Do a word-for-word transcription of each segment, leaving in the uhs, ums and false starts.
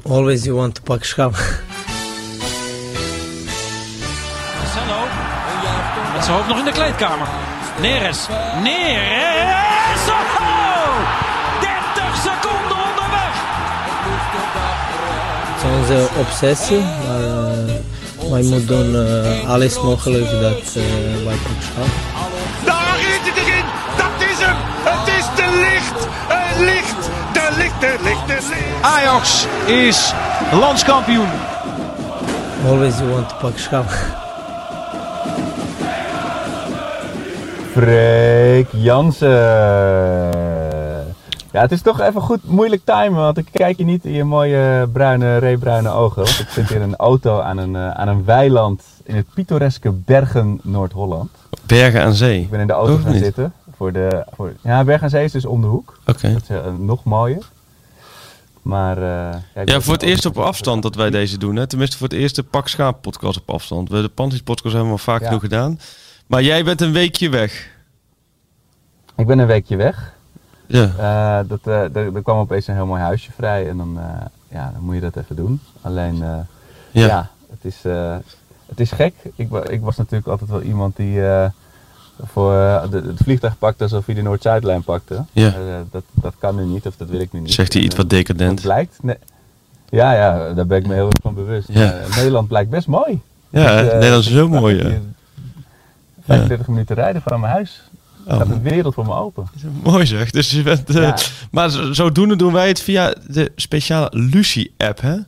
Always you want to pak schap. Marcelo. Met zijn hoofd nog in de kleedkamer. Neres. Neres. Oh! dertig seconden onderweg. Het is onze obsessie, maar uh, wij moeten doen uh, alles mogelijk dat uh, wij pak schap. Daar is het erin. Dat is hem. Het is de licht. Het licht. De licht. De licht. De licht. Ajax is landskampioen. Always you want to pak schap. Freek Jansen. Ja, het is toch even goed moeilijk timen, want ik kijk je niet in je mooie bruine, reebruine ogen. Want ik zit in een auto aan een, uh, aan een weiland in het pittoreske Bergen, Noord-Holland. Bergen aan Zee? Ik ben in de auto Ook gaan niet. zitten. Voor de, voor, ja, Bergen aan Zee is dus om de hoek. Oké. Okay. Dat is uh, nog mooier. Maar, uh, ja, ja, voor het eerst op afstand dat wij deze doen. Hè? Tenminste voor het eerste Pak Schaap podcast op afstand. We de Panties podcast hebben we al vaak ja. genoeg gedaan. Maar jij bent een weekje weg. Ik ben een weekje weg. Ja. Uh, dat, uh, er, er kwam opeens een heel mooi huisje vrij en dan, uh, ja, dan moet je dat even doen. Alleen, uh, ja. ja, het is, uh, het is gek. Ik, ik was natuurlijk altijd wel iemand die uh, voor uh, de, het vliegtuig pakte alsof hij de Noord-Zuidlijn pakte. Ja. Uh, dat, dat kan nu niet, of dat wil ik nu niet. Zegt hij iets wat decadent? Het blijkt, nee, ja, ja, daar ben ik me heel erg van bewust. Ja. Uh, Nederland blijkt best mooi. Ja, dus, uh, Nederland is zo mooi, ja. vijfenveertig ja. minuten rijden van mijn huis. Oh, gaat de wereld voor me open. Mooi zeg. Dus je bent, uh, ja. Maar zodoende doen wij het via de speciale Lucie-app, hè?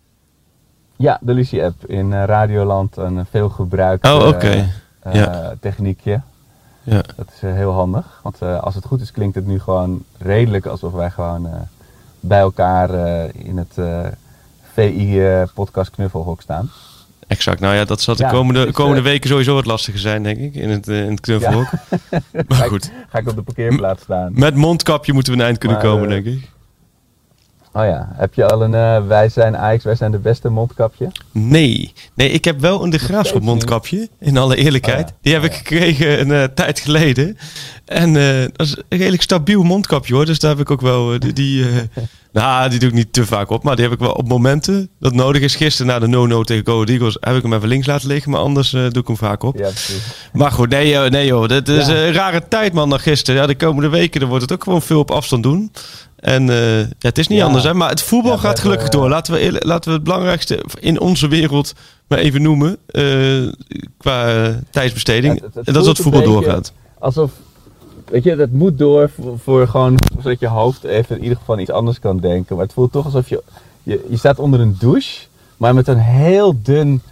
Ja, de Lucie-app in uh, Radioland. Een veel gebruikt oh, okay. uh, ja. techniekje. Ja. Dat is uh, heel handig. Want uh, als het goed is klinkt het nu gewoon redelijk alsof wij gewoon uh, bij elkaar uh, in het uh, V I-podcast uh, knuffelhok staan. Exact. Nou ja, dat zal de ja, komende, dus, komende weken sowieso wat lastiger zijn, denk ik, in het, uh, in het knuffelhok. Ja. Maar goed. Ga ik, ga ik op de parkeerplaats staan. Met mondkapje moeten we een eind kunnen maar, komen, uh, denk ik. Oh ja, heb je al een uh, wij zijn Ajax, wij zijn de beste mondkapje? Nee. Nee, ik heb wel een De Graafschap mondkapje, in alle eerlijkheid. Oh ja. Die heb oh ja. ik gekregen een uh, tijd geleden. En uh, dat is een redelijk stabiel mondkapje, hoor. Dus daar heb ik ook wel uh, die... die uh, nou, die doe ik niet te vaak op, maar die heb ik wel op momenten dat nodig is. Gisteren na de no-no tegen Go Ahead Eagles heb ik hem even links laten liggen, maar anders uh, doe ik hem vaak op. Ja, precies. Maar goed, nee, joh, nee joh, dit is ja. een rare tijd, man, dan gisteren. Ja, de komende weken dan wordt het ook gewoon veel op afstand doen. En uh, ja, het is niet ja. anders, hè, maar het voetbal ja, gaat gelukkig uh, door. Laten we, laten we het belangrijkste in onze wereld maar even noemen, uh, qua uh, tijdsbesteding. Ja, het, het en dat is dat het voetbal doorgaat. Alsof... Weet je, dat moet door voor, voor gewoon, zodat je hoofd even in ieder geval iets anders kan denken. Maar het voelt toch alsof je, je, je staat onder een douche, maar met een heel dun,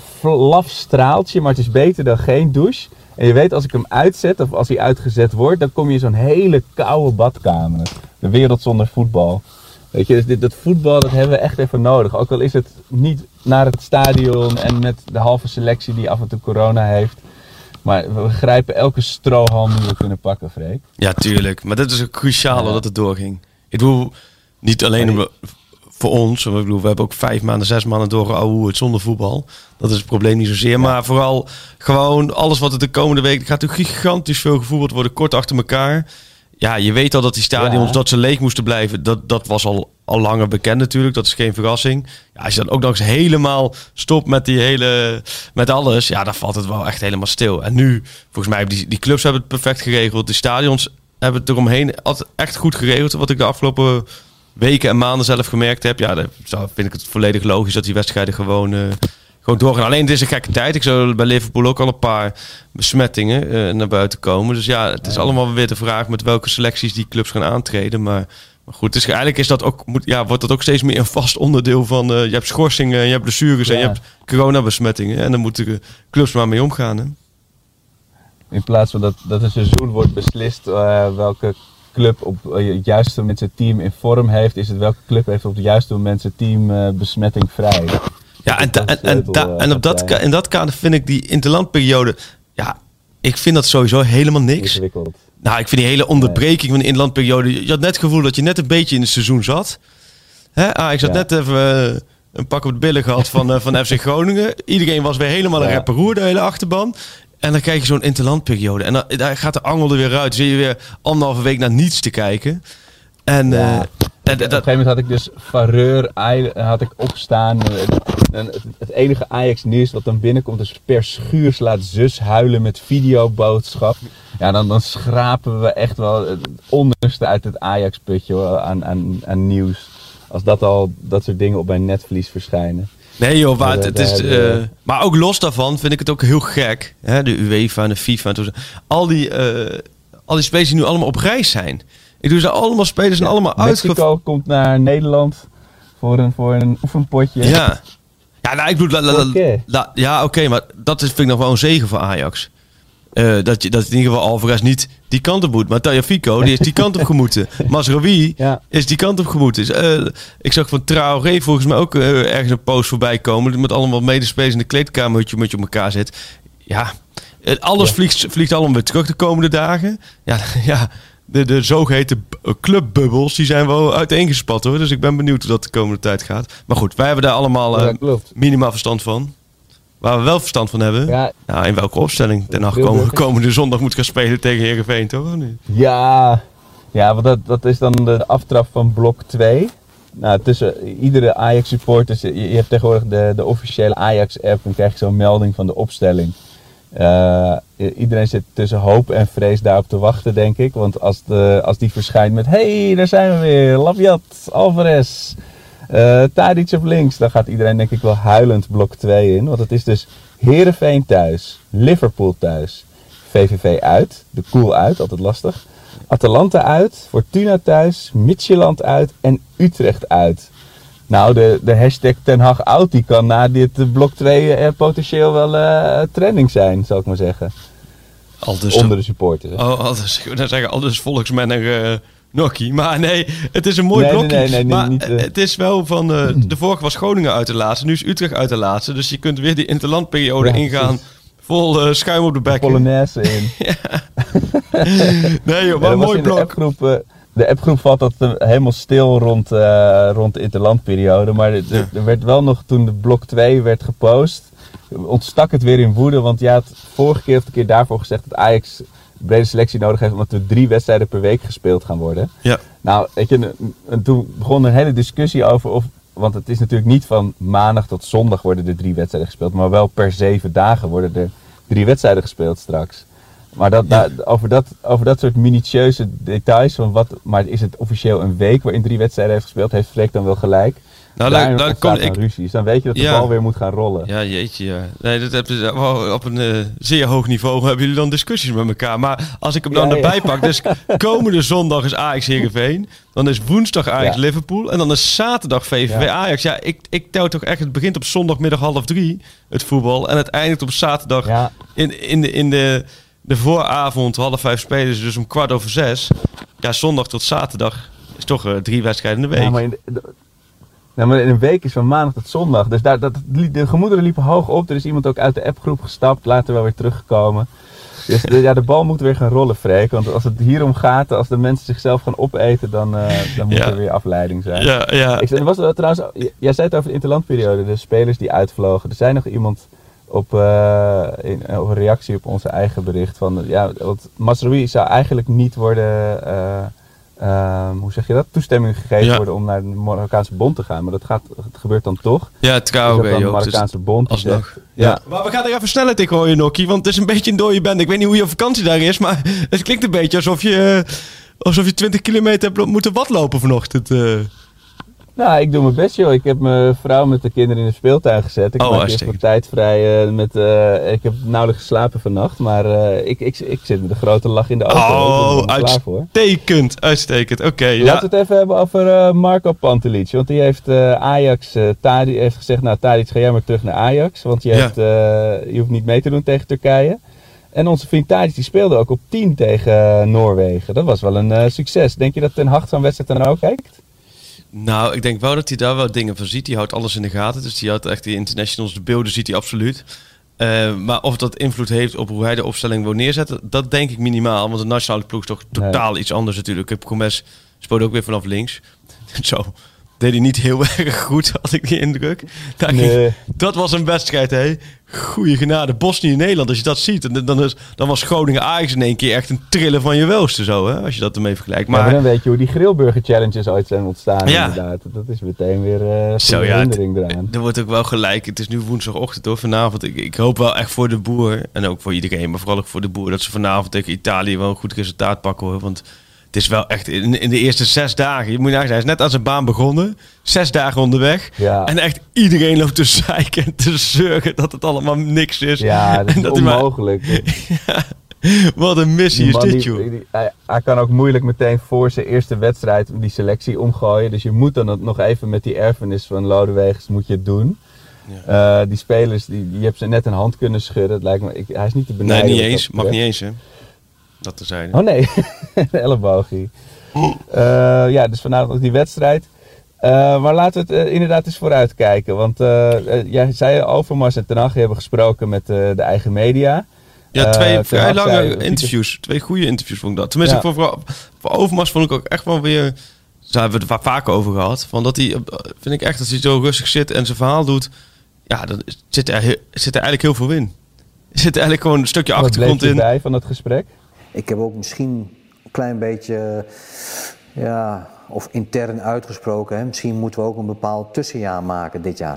laf straaltje. Maar het is beter dan geen douche. En je weet, als ik hem uitzet, of als hij uitgezet wordt, dan kom je in zo'n hele koude badkamer. De wereld zonder voetbal. Weet je, dus dit, dat voetbal, dat hebben we echt even nodig. Ook al is het niet naar het stadion en met de halve selectie die af en toe corona heeft. Maar we grijpen elke strohalm die we kunnen pakken, Freek. Ja, tuurlijk. Maar dat is ook cruciaal ja. dat het doorging. Ik bedoel, niet alleen nee. voor ons. Ik bedoel, we hebben ook vijf maanden, zes maanden doorgehouden het zonder voetbal. Dat is het probleem niet zozeer. Ja. Maar vooral gewoon alles wat er de komende week... Het gaat natuurlijk gigantisch veel gevoetbald worden, kort achter elkaar. Ja, je weet al dat die stadions, ja. dat ze leeg moesten blijven. Dat, dat was al, al langer bekend natuurlijk. Dat is geen verrassing. Ja, als je dan ook nog eens helemaal stopt met die hele, met alles. Ja, dan valt het wel echt helemaal stil. En nu, volgens mij, hebben die, die clubs hebben het perfect geregeld. De stadions hebben het eromheen altijd echt goed geregeld. Wat ik de afgelopen weken en maanden zelf gemerkt heb. Ja, dan vind ik het volledig logisch dat die wedstrijden gewoon... Uh, Gewoon doorgaan. Alleen het is een gekke tijd. Ik zou bij Liverpool ook al een paar besmettingen uh, naar buiten komen. Dus ja, het is ja. allemaal weer de vraag met welke selecties die clubs gaan aantreden. Maar, maar goed, dus eigenlijk is dat ook, moet, ja, wordt dat ook steeds meer een vast onderdeel van... Uh, je hebt schorsingen, je hebt blessures ja. en je hebt coronabesmettingen. En daar moeten de clubs maar mee omgaan. Hè? In plaats van dat, dat een seizoen wordt beslist uh, welke club op uh, het juiste moment zijn team in vorm heeft... is het welke club heeft op het juiste moment zijn team uh, besmettingvrij. Ja, en, da, en, en, da, en op dat, in dat kader vind ik die interlandperiode... Ja, ik vind dat sowieso helemaal niks. Ingewikkeld. Nou, ik vind die hele onderbreking van de interlandperiode... Je had net het gevoel dat je net een beetje in het seizoen zat. Hè? Ah, ik zat ja. net even uh, een pak op het billen gehad van, uh, van F C Groningen. Iedereen was weer helemaal een ja. rapperoer, de hele achterban. En dan krijg je zo'n interlandperiode. En dan daar gaat de angel er weer uit. Dan zit je weer anderhalve week naar niets te kijken. En... Ja. Uh, Op een gegeven moment had ik dus Vareur had ik opstaan. En het enige Ajax nieuws wat dan binnenkomt is per schuurs laat zus huilen met videoboodschap. Ja, dan, dan schrapen we echt wel het onderste uit het Ajax putje hoor, aan, aan, aan nieuws. Als dat al dat soort dingen op mijn netvlies verschijnen. Nee joh, maar, het, het is, uh, maar ook los daarvan vind ik het ook heel gek. Hè? De UEFA en de FIFA en toen, al die, uh, al die spelers die nu allemaal op reis zijn. Ik doe ze allemaal spelers en ja, allemaal uitgevoerd. Mexico komt naar Nederland voor een, voor een oefenpotje. Ja, ja nou, ik bedoel, la, la, la, la, ja oké, okay, maar dat is, vind ik nog wel een zegen voor Ajax. Uh, dat, je, dat in ieder geval Alvarez niet die kant op moet. Maar Tagliafico, die is die kant op gemoeten. Mazraoui ja. is die kant op gemoeten. Uh, ik zag van Traoré volgens mij ook uh, ergens een post voorbij komen. Met allemaal medespelers in de kleedkamer met je, met je op elkaar zit. Ja, alles ja. Vliegt, vliegt allemaal weer terug de komende dagen. Ja, ja de, de zogeheten clubbubbels, die zijn wel uiteengespat hoor. Dus ik ben benieuwd hoe dat de komende tijd gaat. Maar goed, wij hebben daar allemaal uh, ja, minimaal verstand van. Waar we wel verstand van hebben. Ja. Nou, in welke opstelling Den Haag komende, komende zondag moet gaan spelen tegen Heerenveen, toch? Of niet? Ja, ja want dat, dat is dan de aftrap van blok twee. Nou, tussen iedere Ajax supporters, je, je hebt tegenwoordig de, de officiële Ajax app en krijg je zo'n melding van de opstelling. Uh, iedereen zit tussen hoop en vrees daarop te wachten, denk ik. Want als, de, als die verschijnt met, hey, daar zijn we weer, Labiat, Alvarez... Uh, Tadic op links, dan gaat iedereen denk ik wel huilend blok twee in. Want het is dus Heerenveen thuis, Liverpool thuis, V V V uit, de Koel uit, altijd lastig. Atalanta uit, Fortuna thuis, Midtjylland uit en Utrecht uit. Nou, de, de hashtag Ten Hag out, die kan na dit blok twee uh, potentieel wel uh, trending zijn, zal ik maar zeggen. Dus onder de supporters. Oh, aldus, ik wil zeggen, aldus volksmenner... Uh... Nokkie, maar nee, het is een mooi nee, blokje. Nee, nee, nee, maar niet, uh... het is wel van, uh, de vorige was Groningen uit de laatste, nu is Utrecht uit de laatste. Dus je kunt weer die interlandperiode ja, ingaan, vol uh, schuim op de bekken. Polonaise in. Nee joh, maar ja, een mooi blok. De appgroep, uh, de appgroep valt dat uh, helemaal stil rond, uh, rond de interlandperiode. Maar de, de, ja. er werd wel nog, toen de blok twee werd gepost, ontstak het weer in woede. Want je had vorige keer of de keer daarvoor gezegd dat Ajax... brede selectie nodig heeft omdat er drie wedstrijden per week gespeeld gaan worden. Ja. Nou, weet je, en toen begon een hele discussie over of, want het is natuurlijk niet van maandag tot zondag worden er drie wedstrijden gespeeld, maar wel per zeven dagen worden er drie wedstrijden gespeeld straks. Maar dat, ja. daar, over, dat, over dat soort minutieuze details, van wat, maar is het officieel een week waarin drie wedstrijden heeft gespeeld, heeft Freek dan wel gelijk. Nou, daar dan komt ik ruzies. Dan weet je dat de ja. bal weer moet gaan rollen. Ja, jeetje, ja. Nee, dat heb je op een uh, zeer hoog niveau hebben jullie dan discussies met elkaar. Maar als ik hem dan ja, erbij ja. pak, dus komende zondag is Ajax Heerenveen, dan is woensdag Ajax ja. Liverpool en dan is zaterdag V V V ja. Ajax. Ja, ik, ik tel toch echt, het begint op zondagmiddag half drie, het voetbal, en het eindigt op zaterdag ja. in, in de, in de, de vooravond, half vijf spelen ze dus om kwart over zes. Ja, zondag tot zaterdag is toch uh, drie wedstrijden in de week. Ja, maar in de, de... Nou, maar in een week is van maandag tot zondag. Dus daar, dat, de gemoederen liepen hoog op. Er is iemand ook uit de appgroep gestapt. Later wel weer teruggekomen. Dus de, ja, de bal moet weer gaan rollen, Freek. Want als het hierom gaat, als de mensen zichzelf gaan opeten, dan, uh, dan moet ja. er weer afleiding zijn. Ja, ja. Ik, er was er trouwens, jij zei het over de interlandperiode. De spelers die uitvlogen. Er zei nog iemand op, uh, in, op een reactie op onze eigen bericht. Van, ja, want Mazraoui zou eigenlijk niet worden... Uh, Uh, hoe zeg je dat? Toestemming gegeven ja. worden om naar de Marokkaanse bond te gaan. Maar dat, gaat, dat gebeurt dan toch. Ja, trouwens. Dus de Marokkaanse dus bond. Alsnog. Ja. Ja. Maar we gaan er even sneller tegen gooien, Nokkie. Want het is een beetje een dode band. Ik weet niet hoe je op vakantie daar is. Maar het klinkt een beetje alsof je, uh, alsof je twintig kilometer hebt moeten watlopen vanochtend. Uh. Nou, ik doe mijn best, joh. Ik heb mijn vrouw met de kinderen in de speeltuin gezet. Ik oh, maak eerst wat tijd vrij. Uh, met, uh, ik heb nauwelijks geslapen vannacht. Maar uh, ik, ik, ik zit met een grote lach in de auto. Oh, ik ben er klaar voor. Uitstekend, uitstekend. Oké, okay, ja. Laten we het even hebben over uh, Marco Pantelic. Want die heeft uh, Ajax, uh, Tadic heeft gezegd, nou Tadic, ga jij maar terug naar Ajax. Want je, ja. hebt, uh, je hoeft niet mee te doen tegen Turkije. En onze vriend Tadic die speelde ook op tien tegen uh, Noorwegen. Dat was wel een uh, succes. Denk je dat Ten Hag zo'n wedstrijd dan ook kijkt? Nou, ik denk wel dat hij daar wel dingen van ziet. Die houdt alles in de gaten. Dus die houdt echt die internationals, de beelden ziet hij absoluut. Uh, maar of dat invloed heeft op hoe hij de opstelling wil neerzetten, dat denk ik minimaal. Want de nationale ploeg is toch totaal nee. iets anders natuurlijk. Gomes speelde ook weer vanaf links. Zo, deed hij niet heel erg goed, had ik die indruk. Dat, Nee. dat was een wedstrijd, hè. Goeie genade. Bosnië-Nederland, als je dat ziet, dan, dan, is, dan was Groningen-Ajax in één keer echt een trillen van je welste, zo, hè, als je dat ermee vergelijkt. Maar, Maar ja, maar dan weet je hoe die grillburger challenges ooit zijn ontstaan, Ja. inderdaad. Dat is meteen weer uh, een Zo, ja, herinnering eraan. er wordt ook wel gelijk. Het is nu woensdagochtend, hoor, vanavond. Ik, ik hoop wel echt voor de boer, en ook voor iedereen, maar vooral ook voor de boer, dat ze vanavond tegen Italië wel een goed resultaat pakken, hoor. Want het is wel echt in, in de eerste zes dagen. Je moet nagaan, hij is net aan zijn baan begonnen. Zes dagen onderweg. Ja. En echt iedereen loopt te zeiken en te zeuren dat het allemaal niks is. Ja, dat En is dat hij maar- onmogelijk. Ja, wat een missie Die is man, dit, die- joh. die- hij, hij kan ook moeilijk meteen voor zijn eerste wedstrijd die selectie omgooien. Dus je moet dan nog even met die erfenis van Lodewegens moet je het doen. Uh, die spelers, die, je hebt ze net een hand kunnen schudden. Het lijkt me, ik, hij is niet te Nee, benijden. niet wat eens. dat Mag betreft. niet eens, hè. Dat te zijn. Oh nee, een elleboogie. Uh, ja, dus vanavond ook die wedstrijd. Uh, maar laten we het uh, inderdaad eens vooruit kijken. Want uh, uh, jij zei Overmars en Ten Hag hebben gesproken met uh, de eigen media. Ja, twee Uh, vrij Ten Hag lange zei- interviews. Twee goede interviews vond ik dat. Tenminste, Ja. voor, voor, voor Overmars vond ik ook echt wel weer... Daar hebben we het va- vaker over gehad. Van dat hij, eh, vind ik echt, dat hij zo rustig zit en zijn verhaal doet. Ja, dan is- zit er, he- zit er eigenlijk heel veel in. Er zit eigenlijk gewoon een stukje Wat bleef achtergrond je in. bij van het gesprek? Ik heb ook misschien een klein beetje, ja, of intern uitgesproken, hè, misschien moeten we ook een bepaald tussenjaar maken dit jaar.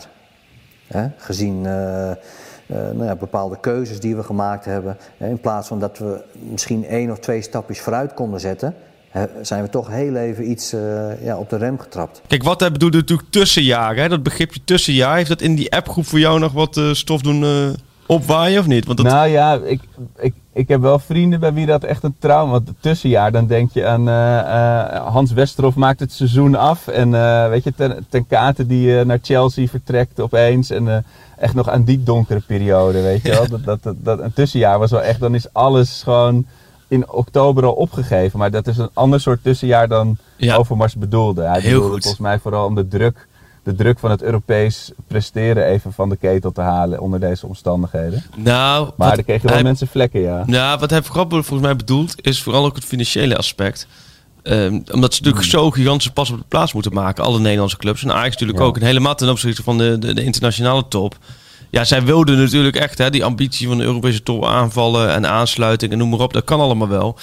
Hè, gezien uh, uh, nou ja, bepaalde keuzes die we gemaakt hebben. Hè, in plaats van dat we misschien één of twee stapjes vooruit konden zetten, hè, zijn we toch heel even iets uh, ja, op de rem getrapt. Kijk, wat hij bedoelde natuurlijk tussenjaar. Hè? Dat begripje tussenjaar. Heeft dat in die appgroep voor jou nog wat uh, stof doen uh, opwaaien of niet? Want dat... Nou ja, ik, ik, ik heb wel vrienden bij wie dat echt een trauma... Want het tussenjaar, dan denk je aan... Uh, uh, Hans Westerhof maakt het seizoen af. En uh, weet je, ten, ten Kate die uh, naar Chelsea vertrekt opeens. En uh, echt nog aan die donkere periode, weet je wel. Dat, dat, dat, dat, een tussenjaar was wel echt... Dan is alles gewoon in oktober al opgegeven. Maar dat is een ander soort tussenjaar dan Ja. Overmars bedoelde. Hij Heel bedoelde goed. volgens mij vooral om de druk... de druk van het Europees presteren even van de ketel te halen onder deze omstandigheden. Nou, Maar wat er kregen wel hij- mensen vlekken, ja. Nou, wat hij vooral volgens mij bedoelt, is vooral ook het financiële aspect. Um, omdat ze natuurlijk zo gigantische pas op de plaats moeten maken, alle Nederlandse clubs. En Ajax natuurlijk Ja. ook. En helemaal ten opzichte van de, de, de internationale top. Ja, zij wilden natuurlijk echt hè, die ambitie van de Europese top aanvallen en aansluiting en noem maar op. Dat kan allemaal wel.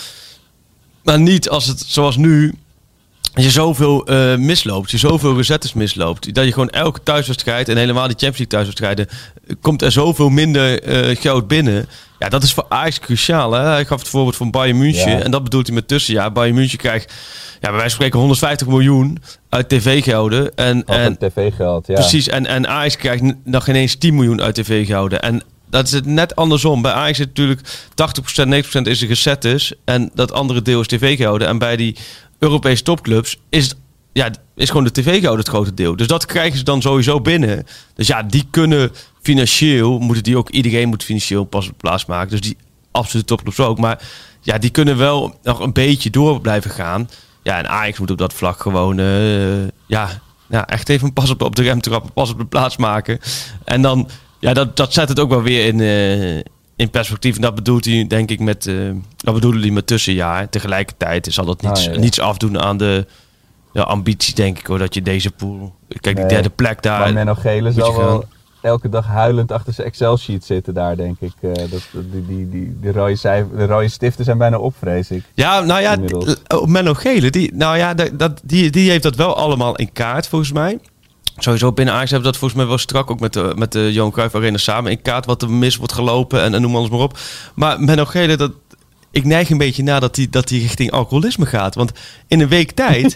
Maar niet als het zoals nu je zoveel uh, misloopt, je zoveel resettes misloopt, dat je gewoon elke thuiswedstrijd en helemaal die Champions League thuiswedstrijden uh, komt er zoveel minder uh, geld binnen. Ja, dat is voor Ajax cruciaal. Hè? Hij gaf het voorbeeld van Bayern München Ja. en dat bedoelt hij met tussenjaar. Bayern München krijgt, ja, bij wijze van spreken honderdvijftig miljoen uit tv-gelden. En, Of en, een tv-geld, ja. Precies, en, en Ajax krijgt n- nog geen eens tien miljoen uit tv-gelden. En dat is het net andersom. Bij Ajax is het natuurlijk tachtig procent, negentig procent is er resettes en dat andere deel is tv-gelden. En bij die Europese topclubs is het, ja, is gewoon de tv-gelden het grote deel. Dus dat krijgen ze dan sowieso binnen. Dus ja, die kunnen financieel, moeten die ook, iedereen moet financieel pas op plaats maken. Dus die absolute topclubs ook. Maar ja, die kunnen wel nog een beetje door blijven gaan. Ja, en Ajax moet op dat vlak gewoon, uh, ja, ja, echt even een pas op, op de rem trappen, pas op de plaats maken. En dan, ja, dat, dat zet het ook wel weer in, uh, in perspectief. En dat bedoelt hij, denk ik, met, uh, dat bedoelde hij met tussenjaar. Tegelijkertijd zal dat niets, Ah, ja, ja. niets afdoen aan de ja, ambitie, denk ik, hoor, dat je deze pool, kijk, die Nee, derde plek daar. Maar Menno Gele moet je zal wel gaan. elke dag huilend achter zijn Excel-sheet zitten daar, denk ik. Uh, dat, die, die, die, de, rode cijfer, de rode stiften zijn bijna op, vrees ik. Ja, nou ja, Inmiddels. d- op Menno Gele, die, nou ja, dat, dat, die, die heeft dat wel allemaal in kaart, volgens mij. Sowieso binnen Ajax hebben we dat volgens mij wel strak ook met de, met de Johan Cruijff Arena samen in kaart wat er mis wordt gelopen en, en noem alles maar op. Maar Menno Gele, dat, ik neig een beetje na dat hij dat die richting alcoholisme gaat. Want in een week tijd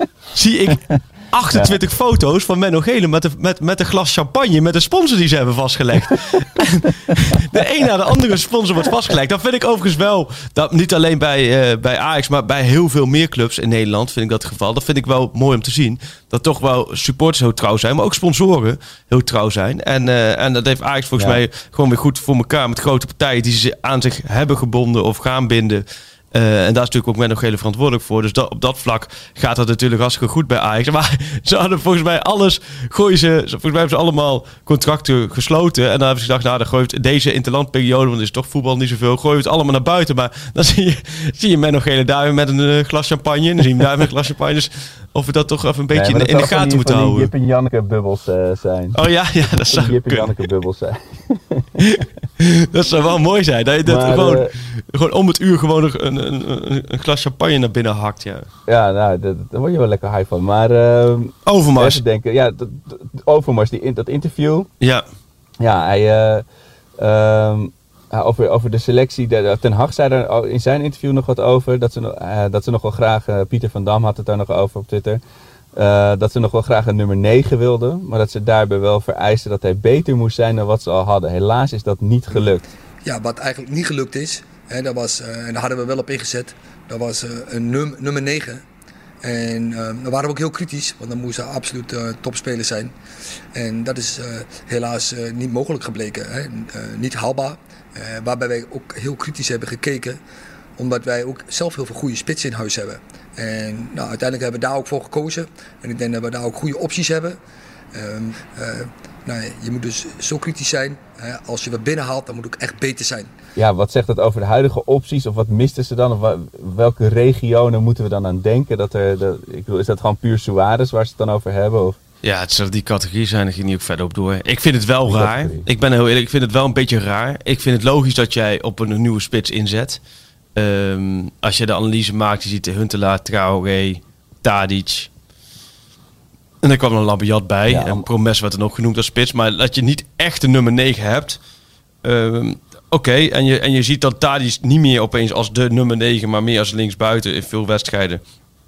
zie ik achtentwintig foto's van Menno Gele met, de, met, met een glas champagne met een sponsor die ze hebben vastgelegd. De een na de andere sponsor wordt vastgelegd. Dat vind ik overigens wel, dat niet alleen bij, uh, bij Ajax, maar bij heel veel meer clubs in Nederland vind ik dat het geval. Dat vind ik wel mooi om te zien. Dat toch wel supporters heel trouw zijn, maar ook sponsoren heel trouw zijn. En, uh, en dat heeft Ajax volgens Ja. mij gewoon weer goed voor elkaar met grote partijen die ze aan zich hebben gebonden of gaan binden. Uh, en daar is natuurlijk ook Menno Gele verantwoordelijk voor. Dus dat, op dat vlak gaat dat natuurlijk hartstikke goed bij Ajax. Maar ze hadden volgens mij alles... Gooien ze, volgens mij hebben ze allemaal contracten gesloten. En dan hebben ze gedacht, nou, dan gooi je het deze interlandperiode... want er is toch voetbal niet zoveel. Gooi je het allemaal naar buiten. Maar dan zie je, zie je Menno Gele daar met een uh, glas champagne. En dan zie je hem daar met een glas champagne. Dus of we dat toch even een beetje nee, in, in de gaten die, moeten van houden. Jip en Janneke bubbels uh, zijn. Oh ja, ja dat zou Jip en Janneke bubbels zijn. Dat zou wel mooi zijn. Dat je dat maar, gewoon, uh, gewoon om het uur gewoon een, een, een, een glas champagne naar binnen hakt. Ja, ja nou, daar word je wel lekker high van. Maar uh, Overmars. Even denken, ja, d- d- Overmars, die, dat interview. Ja. Ja, hij... Uh, um, over, over de selectie. De, Ten Hag zei er in zijn interview nog wat over. Dat ze, uh, dat ze nog wel graag... Uh, Pieter van Dam had het daar nog over op Twitter. Uh, dat ze nog wel graag een nummer negen wilden. Maar dat ze daarbij wel vereisten dat hij beter moest zijn dan wat ze al hadden. Helaas is dat niet gelukt. Ja, wat eigenlijk niet gelukt is. Hè, dat was, uh, en daar hadden we wel op ingezet. Dat was uh, een num- nummer negen. En uh, dan waren we ook heel kritisch. Want dan moest hij absoluut uh, topspeler zijn. En dat is uh, helaas uh, niet mogelijk gebleken. Hè. Uh, niet haalbaar. Uh, waarbij wij ook heel kritisch hebben gekeken. Omdat wij ook zelf heel veel goede spitsen in huis hebben. En nou, uiteindelijk hebben we daar ook voor gekozen. En ik denk dat we daar ook goede opties hebben. Um, uh, nou, je moet dus zo kritisch zijn. Uh, als je wat binnenhaalt, dan moet het ook echt beter zijn. Ja, wat zegt dat over de huidige opties? Of wat misten ze dan? Of wa- welke regionen moeten we dan aan denken? Dat er, de, ik bedoel, is dat gewoon puur Suarez waar ze het dan over hebben? Of? Ja, het zal die categorie zijn, daar ging niet ook verder op door. Ik vind het wel die raar. Categorie. Ik ben heel eerlijk, ik vind het wel een beetje raar. Ik vind het logisch dat jij op een nieuwe spits inzet. Um, als je de analyse maakt, je ziet de Huntelaar, Traoré, Tadic. En er kwam een Labiat bij. Ja, en Promes werd er nog genoemd als spits. Maar dat je niet echt een nummer negen hebt. Um, Oké, okay. en, je, en je ziet dat Tadic niet meer opeens als de nummer negen, maar meer als linksbuiten in veel wedstrijden.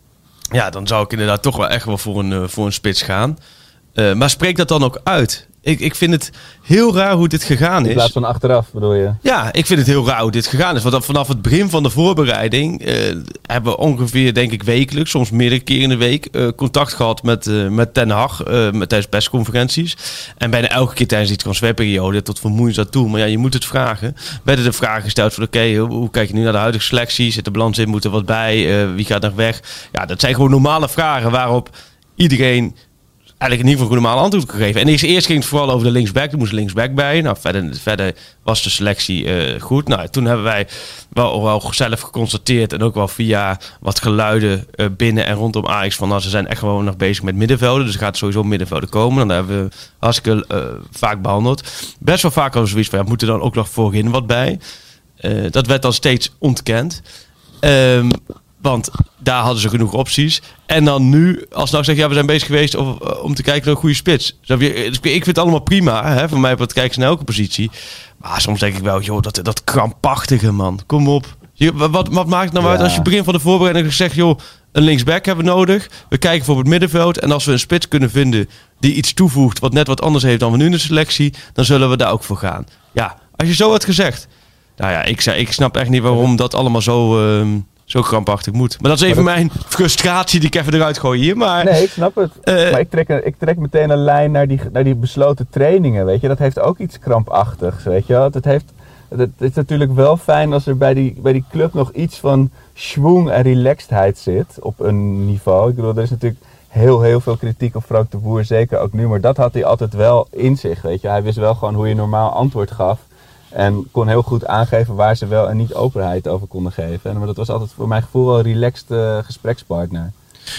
Ja, dan zou ik inderdaad toch wel echt wel voor een, uh, voor een spits gaan. Uh, maar spreek dat dan ook uit. Ik, ik vind het heel raar hoe dit gegaan is. In plaats van achteraf, bedoel je? Ja, ik vind het heel raar hoe dit gegaan is. Want vanaf het begin van de voorbereiding uh, hebben we ongeveer, denk ik, wekelijks, soms meerdere keren in de week, uh, contact gehad met, uh, met Ten Hag uh, met, tijdens persconferenties. En bijna elke keer tijdens die transferperiode, tot vermoeiens daartoe. Maar ja, je moet het vragen. Werden de vragen gesteld van, oké, okay, hoe, hoe kijk je nu naar de huidige selectie? Zit de balans in? Moet er wat bij? Uh, wie gaat er weg? Ja, dat zijn gewoon normale vragen waarop iedereen eigenlijk in ieder geval een normaal antwoord gegeven. En eerst, eerst ging het vooral over de linksback. Er moest linksback bij. Nou, verder, verder was de selectie uh, goed. Nou, toen hebben wij wel, wel zelf geconstateerd en ook wel via wat geluiden uh, binnen en rondom Ajax van, nou, ze zijn echt gewoon nog bezig met middenvelden. Dus er gaat sowieso middenvelden komen. Dan hebben we hartstikke uh, vaak behandeld. Best wel vaak hadden we zoiets van, ja, moet er dan ook nog voorin wat bij? Uh, dat werd dan steeds ontkend. Um, Want daar hadden ze genoeg opties. En dan nu, als nou zeggen, ja, we zijn bezig geweest om, om te kijken naar een goede spits. Ik vind het allemaal prima. Hè? Voor mij wat kijken ze naar elke positie. Maar soms denk ik wel, joh, dat, dat krampachtige, man. Kom op. Je, wat, wat maakt het nou ja. uit als je begin van de voorbereiding zegt, joh, een linksback hebben we nodig. We kijken voor het middenveld. En als we een spits kunnen vinden die iets toevoegt wat net wat anders heeft dan we nu in de selectie, dan zullen we daar ook voor gaan. Ja, als je zo had gezegd. Nou ja, ik, ik snap echt niet waarom dat allemaal zo... Um, Zo krampachtig moet. Maar dat is even dat... mijn frustratie die ik even eruit gooi hier. Maar, nee, ik snap het. Uh, maar ik trek, ik trek meteen een lijn naar die, naar die besloten trainingen. Weet je? Dat heeft ook iets krampachtigs. Weet je? Het, heeft, het is natuurlijk wel fijn als er bij die, bij die club nog iets van schwung en relaxedheid zit. Op een niveau. Ik bedoel, er is natuurlijk heel, heel veel kritiek op Frank de Boer. Zeker ook nu. Maar dat had hij altijd wel in zich. Weet je? Hij wist wel gewoon hoe je normaal antwoord gaf. En kon heel goed aangeven waar ze wel en niet openheid over konden geven. En, maar dat was altijd voor mijn gevoel wel een relaxed uh, gesprekspartner.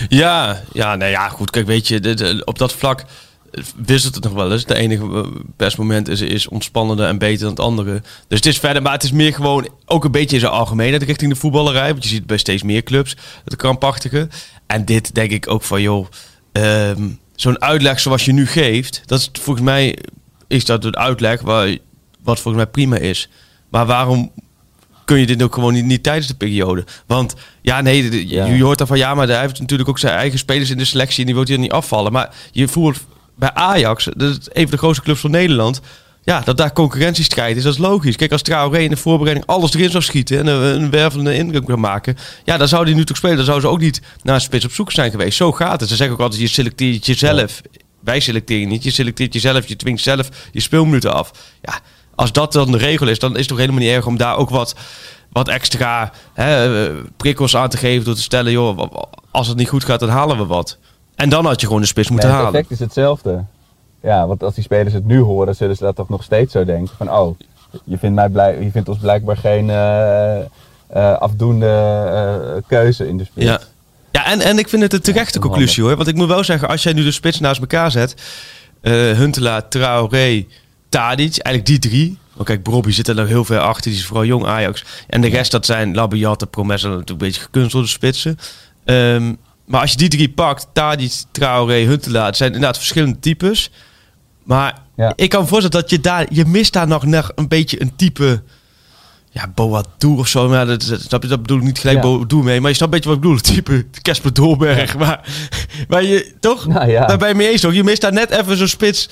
Ja, ja, nou ja, goed. Kijk, weet je, de, de, op dat vlak wisselt het nog wel eens. De enige persmoment is, is ontspannender en beter dan het andere. Dus het is verder, maar het is meer gewoon ook een beetje in zijn algemeenheid richting de voetballerij. Want je ziet het bij steeds meer clubs, het krampachtige. En dit denk ik ook van, joh, um, zo'n uitleg zoals je nu geeft, dat is volgens mij, is dat een uitleg waar... wat volgens mij prima is. Maar waarom kun je dit ook gewoon niet, niet tijdens de periode? Want ja, nee, de, ja. je hoort dan van ja, maar hij heeft natuurlijk ook zijn eigen spelers in de selectie en die wil hier niet afvallen. Maar je voelt bij Ajax, dat is een van de grootste clubs van Nederland, ja, dat daar concurrentiestrijd is, dat is logisch. Kijk, als Traoré in de voorbereiding alles erin zou schieten en een, een wervelende indruk zou maken, ja, dan zou hij nu toch spelen. Dan zou ze ook niet naar een spits op zoek zijn geweest. Zo gaat het. Ze zeggen ook altijd, je selecteert jezelf. Ja. Wij selecteren niet. Je selecteert jezelf, je dwingt zelf je speelminuten af. Ja, als dat dan de regel is, dan is het toch helemaal niet erg om daar ook wat wat extra hè, prikkels aan te geven door te stellen, joh, als het niet goed gaat, dan halen we wat. En dan had je gewoon de spits moeten nee, het halen. Het effect is hetzelfde. Ja, want als die spelers het nu horen, zullen ze dat toch nog steeds zo denken. Van, oh, je vindt, mij blij, je vindt ons blijkbaar geen uh, uh, afdoende uh, keuze in de spits. Ja, ja en, en ik vind het een terechte ja, conclusie hoor. Want ik moet wel zeggen, als jij nu de spits naast elkaar zet, uh, Huntelaar, Traoré, Tadic, eigenlijk die drie. Oh, kijk, Brobbey zit er nog heel ver achter, die is vooral jong Ajax. En de rest, dat zijn Labiat, Promes, natuurlijk een beetje gekunstelde spitsen. Um, maar als je die drie pakt, Tadic, Traoré, Huntelaar, het zijn inderdaad verschillende types. Maar ja. ik kan me voorstellen dat je daar, je mist daar nog, nog een beetje een type, ja, Boadu of zo. Maar dat, dat, dat, dat bedoel ik niet gelijk ja. Boadu mee, maar je snapt een beetje wat ik bedoel. Het type Kasper Dolberg. Ja. Maar, maar je, toch? Nou, ja. Daar ben je mee eens toch? Je mist daar net even zo'n spits.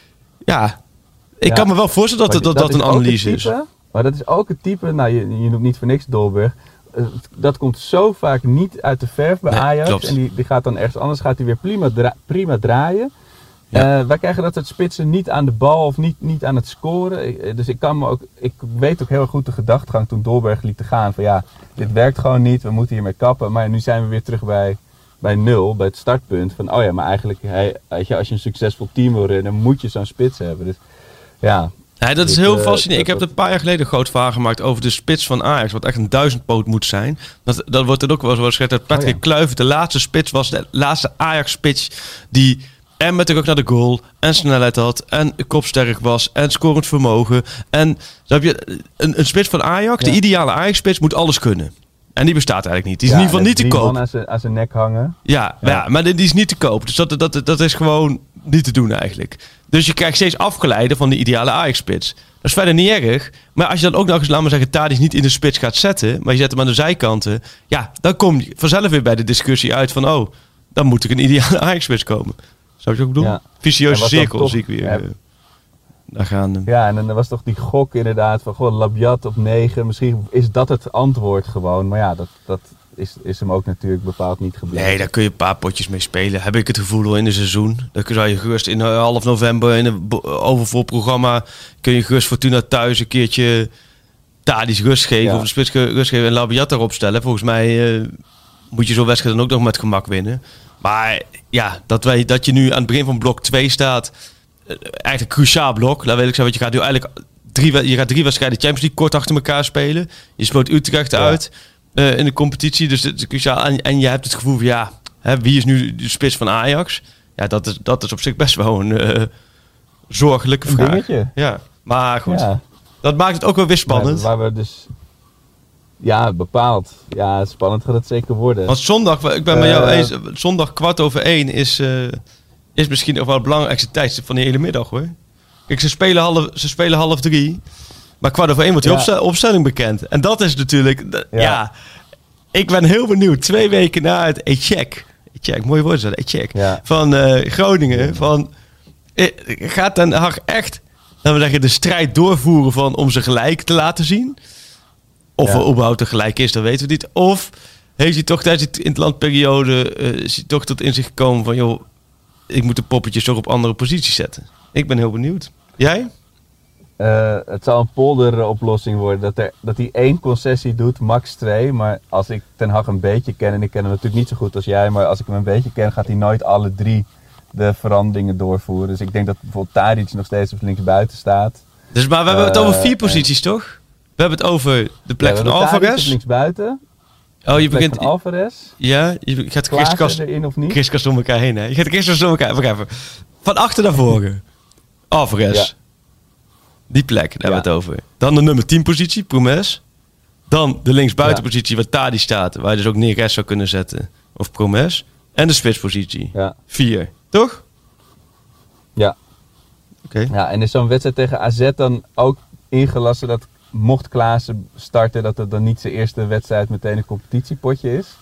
Ja, ik ja. kan me wel voorstellen dat dat, dat, dat, dat een analyse type, is. Maar dat is ook het type, nou je, je noemt niet voor niks Dolberg. Dat komt zo vaak niet uit de verf bij nee, Ajax. Klopt. En die, die gaat dan ergens anders, gaat hij weer prima, dra- prima draaien. Ja. Uh, wij krijgen dat soort spitsen niet aan de bal of niet, niet aan het scoren. Ik, dus ik kan me ook, ik weet ook heel erg goed de gedachtegang toen Dolberg liet te gaan. Van ja, dit werkt gewoon niet, we moeten hiermee kappen. Maar nu zijn we weer terug bij, bij nul, bij het startpunt. Van oh ja, maar eigenlijk, hey, als je een succesvol team wil runnen, moet je zo'n spits hebben. Dus ja... Ja, dat is heel uh, fascinerend. Ik heb er een paar jaar geleden een groot verhaal gemaakt over de spits van Ajax. Wat echt een duizendpoot moet zijn. Dat, dat wordt er ook wel zo geschreven dat Patrick oh, ja. Kluivert de laatste spits was. De laatste Ajax-spits die en met de rug naar de goal. En snelheid had. En kopsterk was. En scorend vermogen. En zo heb je een, een spits van Ajax. Ja. De ideale Ajax-spits moet alles kunnen. En die bestaat eigenlijk niet. Die is ja, in ieder geval niet te koop. Aan zijn, aan zijn nek hangen. Ja, ja. ja maar die, die is niet te koop. Dus dat, dat, dat is gewoon niet te doen eigenlijk. Dus je krijgt steeds afgeleiden van de ideale Ajax-spits. Dat is verder niet erg. Maar als je dan ook nog eens, laat maar zeggen, Tadic niet in de spits gaat zetten, maar je zet hem aan de zijkanten. Ja, dan kom je vanzelf weer bij de discussie uit van, oh, dan moet ik een ideale Ajax-spits komen. Zou je ook bedoelen? Ja. Vicieuze cirkel toch, zie ik weer. Ja. Uh, daar gaan. Ja, en dan was toch die gok inderdaad van, goh, Labiat op negen. Misschien is dat het antwoord gewoon. Maar ja, dat... dat Is, is hem ook natuurlijk bepaald niet gebleken. Nee, daar kun je een paar potjes mee spelen. Heb ik het gevoel al in het seizoen. Dan zou je gerust in half november in een overvol programma kun je gerust Fortuna thuis een keertje Tadic rust geven. Ja. Of een spits rust geven en Labiat erop stellen. Volgens mij uh, moet je zo'n wedstrijd dan ook nog met gemak winnen. Maar ja, dat, wij, dat je nu aan het begin van blok twee staat. Uh, eigenlijk een cruciaal blok. Laat weet ik zeggen, want je gaat nu eigenlijk drie, je gaat drie wedstrijden Champions League kort achter elkaar spelen. Je speelt Utrecht ja. uit. Uh, in de competitie, dus het is cruciaal. En, en je hebt het gevoel van, ja, hè, wie is nu de spits van Ajax? Ja, dat is, dat is op zich best wel een uh, zorgelijke een vraag. Dingetje. Ja, maar goed. Ja. Dat maakt het ook wel weer spannend. Ja, waar we dus... Ja, bepaald. Ja, spannend gaat het zeker worden. Want zondag, ik ben met uh, jou eens, zondag kwart over één is, uh, is misschien nog wel het belangrijkste tijdstip van de hele middag, hoor. Kijk, ze spelen half, ze spelen half drie... Maar kwart over één wordt die ja. opstel- opstelling bekend. En dat is natuurlijk... D- ja. ja, ik ben heel benieuwd. Twee weken na het Echec. Echec, mooi woord is dat, Echec. Ja. Van uh, Groningen. Ja. Van, uh, gaat Den Haag echt, laten we zeggen, de strijd doorvoeren van om ze gelijk te laten zien? Of ja. er überhaupt een gelijk is, dat weten we niet. Of heeft hij toch tijdens die interlandperiode uh, is hij toch tot inzicht gekomen van, joh, ik moet de poppetjes toch op andere posities zetten. Ik ben heel benieuwd. Jij? Uh, het zal een polderoplossing worden dat, er, dat hij één concessie doet, max twee. Maar als ik Ten Hag een beetje ken, en ik ken hem natuurlijk niet zo goed als jij, maar als ik hem een beetje ken, gaat hij nooit alle drie de veranderingen doorvoeren. Dus ik denk dat bijvoorbeeld Tadic nog steeds op linksbuiten staat. Dus, maar we hebben het over vier posities, uh, toch? We hebben het over de plek ja, van Alvarez. Linksbuiten. Oh, je begint... van Alvarez. Ja, je gaat Christkast erin of niet? Christkast om elkaar heen, hè? Je gaat Christkast om elkaar... Wacht even. Van achter naar voren. Alvarez. Ja. Die plek, daar ja. hebben we het over. Dan de nummer tien positie, Promes. Dan de linksbuitenpositie ja. waar Tadic staat. Waar je dus ook Neres zou kunnen zetten. Of Promes. En de spitspositie. Ja. Vier. Toch? Ja. Oké. Okay. Ja, en is zo'n wedstrijd tegen A Z dan ook ingelassen dat mocht Klaassen starten, dat het dan niet zijn eerste wedstrijd meteen een competitiepotje is?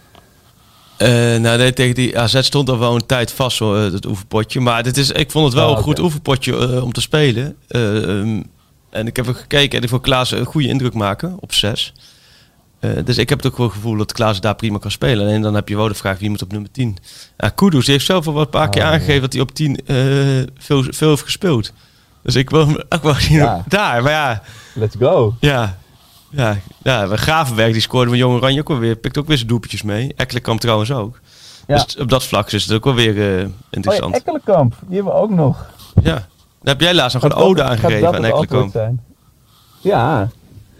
Uh, nou nee, tegen die A Z stond al wel een tijd vast, hoor, het oefenpotje. Maar dit is, ik vond het wel oh, een okay. goed oefenpotje uh, om te spelen. Uh, um, en ik heb er gekeken en ik vond Klaassen een goede indruk maken op zes. Uh, dus ik heb het ook wel het gevoel dat Klaassen daar prima kan spelen. En dan heb je wel de vraag wie moet op nummer tien. Uh, Kudus die heeft zelf al wel een paar oh, keer aangegeven ja. dat hij op tien uh, veel, veel heeft gespeeld. Dus ik wil hem ook wel zien ja. daar. Maar ja. Let's go. Ja. Ja, ja, Gravenberg die scoorde met Jong Oranje ook wel weer. Pikt ook weer zijn doelpuntjes mee. Ekkelenkamp trouwens ook. Ja. Dus op dat vlak is het ook wel weer uh, interessant. Oh ja, Ekkelenkamp, die hebben we ook nog. Ja, daar heb jij laatst nog een ode aangegeven aan Ekkelenkamp. Ja.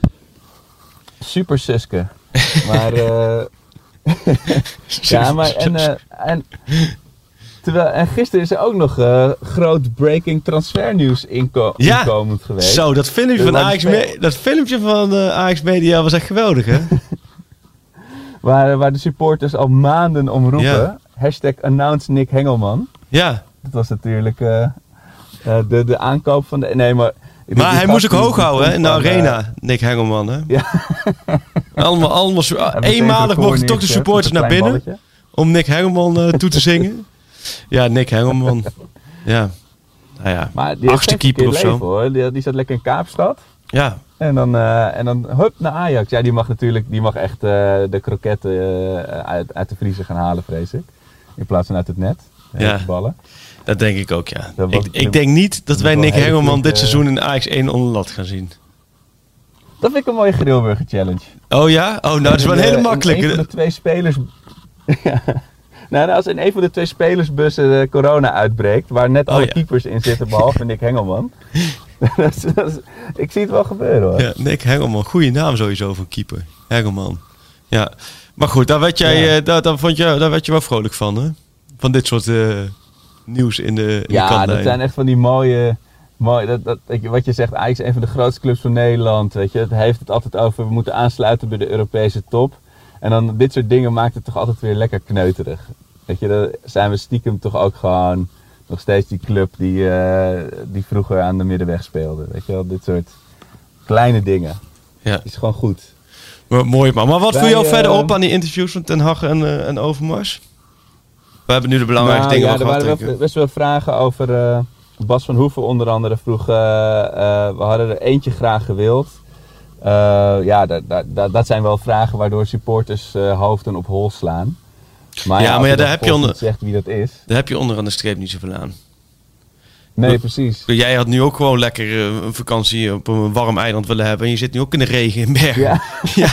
Super Suske. Maar... Uh... ja, maar... En, uh, en... Terwijl, en gisteren is er ook nog uh, groot breaking transfernieuws inko- ja, inkomend geweest. Zo, dat filmpje van, Ajax Me- dat filmpje van uh, Ajax Media was echt geweldig, hè? waar, waar de supporters al maanden om roepen. Ja. Hashtag announce Nick Hengelman. Ja. Dat was natuurlijk uh, uh, de, de aankoop van de... Nee, maar... Maar hij moest ook hoog houden, hè? In de van, arena, uh, Nick Hengelman, hè? Ja. allemaal, allemaal... Eenmalig mochten toch de supporters naar binnen. Balletje. Om Nick Hengelman uh, toe te zingen. Ja, Nick Hengelman. Ja. Nou ja, maar die achtste keeper of zo. Leven, hoor. Die, die zat lekker in Kaapstad. Ja. En dan, uh, en dan hup naar Ajax. Ja, die mag natuurlijk die mag echt uh, de kroketten uh, uit, uit de vriezer gaan halen, vrees ik. In plaats van uit het net. Ja, ballen. Dat denk ik ook, ja. Ik, ik de, denk niet dat wij Nick Hengelman dit seizoen in Ajax één onder lat gaan zien. Dat vind ik een mooie Grillburger challenge. Oh ja? Oh, nou, dat is wel een hele makkelijke. Een van de twee spelers... ja. Nou, als in een van de twee spelersbussen de corona uitbreekt, waar net alle oh, ja. keepers in zitten, behalve Nick Hengelman. dat is, dat is, ik zie het wel gebeuren, hoor. Ja, Nick Hengelman, goede naam sowieso van keeper. Hengelman. Ja, maar goed, daar werd jij, ja. uh, daar, daar, vond je, daar werd je wel vrolijk van, hè? Van dit soort uh, nieuws in de in Ja, de dat zijn echt van die mooie... Mooi, dat, dat, wat je zegt, Ajax is een van de grootste clubs van Nederland. Weet je. Het heeft het altijd over, we moeten aansluiten bij de Europese top. En dan dit soort dingen maakt het toch altijd weer lekker kneuterig. Weet je, dan zijn we stiekem toch ook gewoon nog steeds die club die, uh, die vroeger aan de middenweg speelde. Weet je wel, dit soort kleine dingen. Ja. Is gewoon goed. Maar, mooi man. Maar wat Wij, viel jou uh, verder op aan die interviews van Ten Hag en, uh, en Overmars? We hebben nu de belangrijkste nou, dingen ja, wel gehad. Er waren wel, best wel vragen over... Uh, Bas van Hoeven onder andere vroeg... Uh, uh, we hadden er eentje graag gewild. Uh, ja, da, da, da, dat zijn wel vragen waardoor supporters uh, hoofden op hol slaan. Maar ja, ja maar ja, daar heb je onder... zegt wie dat is. Daar heb je onderaan de streep niet zoveel aan. Nee, we, precies. Jij had nu ook gewoon lekker uh, een vakantie op een warm eiland willen hebben. En je zit nu ook in de regen in Bergen. Ja. ja.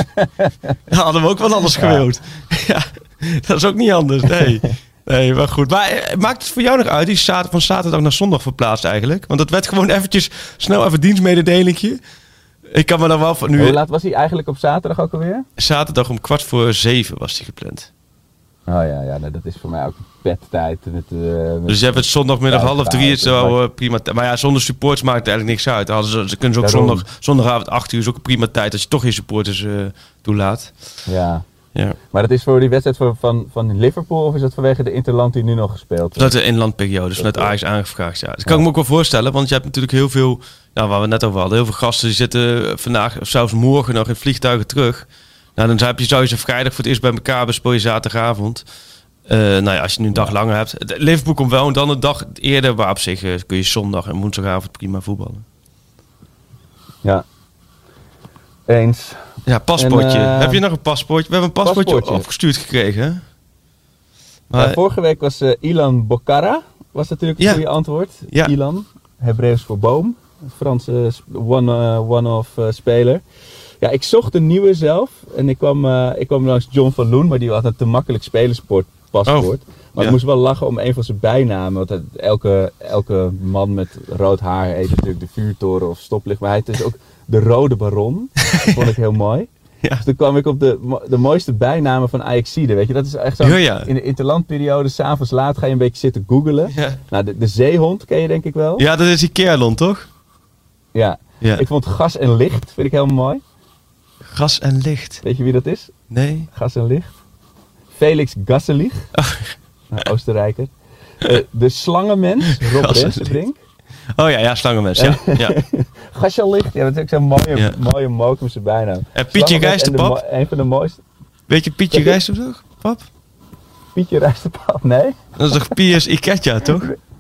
Dat hadden we ook wel anders ja. gewild. ja, dat is ook niet anders, nee. Nee, maar goed. Maar maakt het voor jou nog uit? Die is van zaterdag naar zondag verplaatst eigenlijk. Want dat werd gewoon eventjes snel even dienstmededelingje. Ik kan me dan wel van nu... Hoe laat was hij eigenlijk op zaterdag ook alweer? Zaterdag om kwart voor zeven was hij gepland. Oh ja, ja nou, dat is voor mij ook een pettijd. Met, uh, met dus je hebt het zondagmiddag half drie, is wel uh, prima. T- maar ja, zonder supporters maakt het eigenlijk niks uit. Ze, ze kunnen ze ook zondag, zondagavond acht uur is ook een prima tijd als je toch je supporters uh, toelaat. Ja. Ja. Maar dat is voor die wedstrijd van, van, van Liverpool of is dat vanwege de interland die nu nog gespeeld wordt? Dat is de inlandperiode, dus vanuit Ajax aangevraagd. Ja. Dat kan ja. ik me ook wel voorstellen, want je hebt natuurlijk heel veel, nou, waar we net over hadden, heel veel gasten die zitten vandaag of zelfs morgen nog in vliegtuigen terug. Nou, dan heb je sowieso vrijdag voor het eerst bij elkaar, bespeel je zaterdagavond. Uh, nou ja, als je nu een dag ja. langer hebt. Liverpool komt wel en dan een dag eerder, waar op zich uh, kun je zondag en woensdagavond prima voetballen. Ja. Eens. Ja, paspoortje. En, uh, Heb je nog een paspoortje? We hebben een paspoortje, paspoortje. opgestuurd gekregen. Hè? Maar, ja, vorige week was uh, Ilan Bocara. Was natuurlijk het ja. goede antwoord. Ja. Ilan, Hebreeuws voor boom. Franse one-off one uh, speler. Ja, ik zocht een nieuwe zelf. En ik kwam, uh, ik kwam langs John van Loen, maar die had een te makkelijk spelersport paspoort. Oh. Maar ja. ik moest wel lachen om een van zijn bijnamen. Want het, elke, elke man met rood haar heet natuurlijk de vuurtoren of stoplicht. Maar hij is ook de Rode Baron. Dat vond ik heel mooi. Ja. Dus toen kwam ik op de, de mooiste bijnamen van Ajaxide. Weet je, dat is echt zo. Ja, ja. In de interlandperiode, s'avonds laat ga je een beetje zitten googelen. Ja. Nou, de, de zeehond ken je denk ik wel. Ja, dat is die Kerlon, toch? Ja. ja. Ik vond gas en licht, vind ik heel mooi. Gas en licht. Weet je wie dat is? Nee. Gas en licht. Felix Gasselig. Oh. Nou, Oostenrijker. Uh, de slangenmens, Rob Rensenbrink. Oh ja, ja, slangenmens. Ja. ja. Gaslicht, ja, dat is ook zo'n mooie, ja. mooie Mokumse bijnaam. En Pietje Rijsterpap? Mo- een van de mooiste. Weet je Pietje Rijsterpap, pap? Pietje Rijsterpap, nee. Dat is toch Piers Iketja, toch?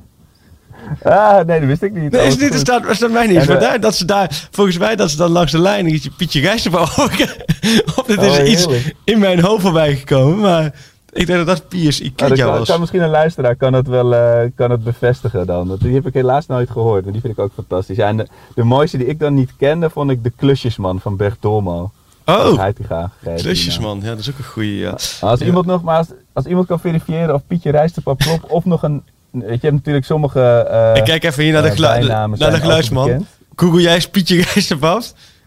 Ah, nee, dat wist ik niet. Nee, is niet, dat staat, dat staat mij niet. Maar daar, dat ze daar, volgens mij dat ze dan langs de lijn iets Pietje Rijsterpap. Of dit is oh, iets in mijn hoofd voorbij gekomen, maar Ik denk dat dat Piers Nou, Iketja kan, was. kan misschien een luisteraar kan het wel uh, kan het bevestigen dan. Want die heb ik helaas nooit gehoord, maar die vind ik ook fantastisch. Ja, en de, de mooiste die ik dan niet kende, vond ik de Klusjesman van Bert Dolmo. Oh, Hij die graag gegeven. Klusjesman. Ja, dat is ook een goeie. Ja. Als Ja. iemand nog maar als, als iemand kan verifiëren of Pietje Rijsterpap klopt of nog een. Weet je, je hebt natuurlijk sommige. Uh, Ik kijk even hier naar de, gelu- bijnamen naar de zijn geluidsman. ook bekend. Google jij eens Pietje Gijsterpap?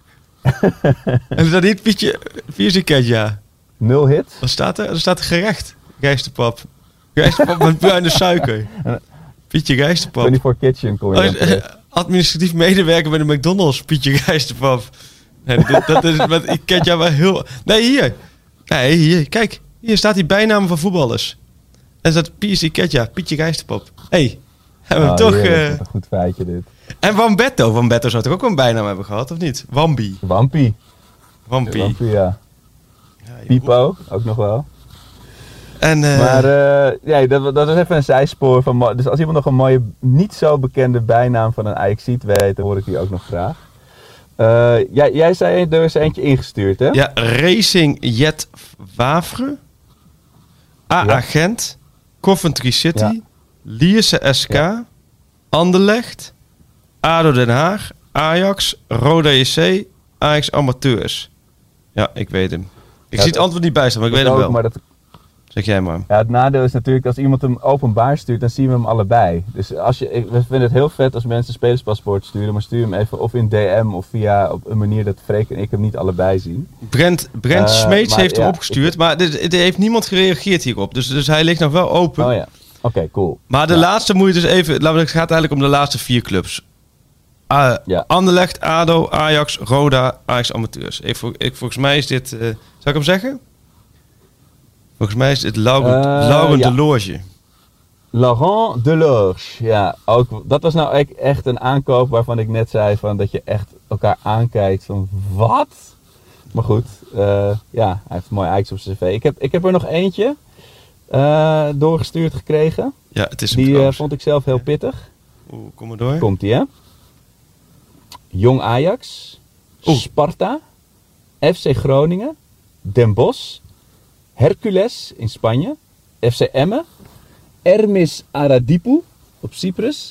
En is dat niet Pietje Piers Iketja? Nul hit. Wat staat er? Er staat gerecht. Gijsterpap. Gijsterpap met bruine suiker. Pietje Gijsterpap. vierentwintig Kitchen kom je Oh, dan is- terug. administratief medewerker bij de McDonald's. Pietje Gijsterpap. Nee, dat, dat is met Iketja wel heel... Nee, hier. Nee, hier. Kijk. Hier staat die bijnamen van voetballers. En staat Piers Iketja. Pietje Gijsterpap. Hé. Hey, hebben we Oh, hem toch... heerlijk, eh, wat een goed feitje dit. En Wambetto. Wambetto zou toch ook wel een bijnaam hebben gehad, of niet? Wambi. Wampie. Wampie. Wampie, ja. Ja, je- Pipo, ook nog wel. En, eh, Maar uh, ja, dat, dat is even een zijspoor van. mo- Dus als iemand nog een mooie, niet zo bekende bijnaam van een Ajaxiet weet, dan hoor ik die ook nog graag. Uh, jij, jij zei er is eentje ingestuurd, hè? ja, Racing Jet Wavre. A A Ja. Gent. Coventry City. Ja. Lierse S K. Ja. Anderlecht. A D O Den Haag. Ajax. Roda J C. Ajax Amateurs. Ja, ik weet hem. Ik Ja, zie het dat- antwoord niet bij staan, maar ik Dat weet hem ook, wel. maar dat, Zeg jij maar. ja, het nadeel is natuurlijk als iemand hem openbaar stuurt, dan zien we hem allebei. Dus als je, ik, we vinden het heel vet als mensen een spelerspaspoort sturen, maar stuur hem even of in D M of via op een manier dat Freek en ik hem niet allebei zien. Brent, Brent Eh, Smeets maar heeft ja, erop gestuurd, maar er, er heeft niemand gereageerd hierop. Dus, dus hij ligt nog wel open. Oh ja, oké, cool. Maar de Ja. laatste moet je dus even... Laten we, het gaat eigenlijk om de laatste vier clubs. Uh, Ja. Anderlecht, A D O, Ajax, Roda, Ajax Amateurs. Ik, vol- ik, volgens mij is dit... eh, zal ik hem zeggen? Volgens mij is dit Laurent, Eh, Laurent ja. Delorge. Laurent Delorge, ja, ook, dat was nou e- echt een aankoop waarvan ik net zei van dat je echt elkaar aankijkt van wat? Maar goed, uh, ja, hij heeft een mooi Ajax op zijn cv. Ik heb, ik heb er nog eentje uh, doorgestuurd gekregen. Ja, het is een Die uh, trouwens. vond ik zelf heel pittig. Oeh, kom maar door. Komt ie, hè? Jong Ajax, Oeh. Sparta, F C Groningen, Den Bosch, Hercules in Spanje, F C Emmen, Ermis Aradipu op Cyprus,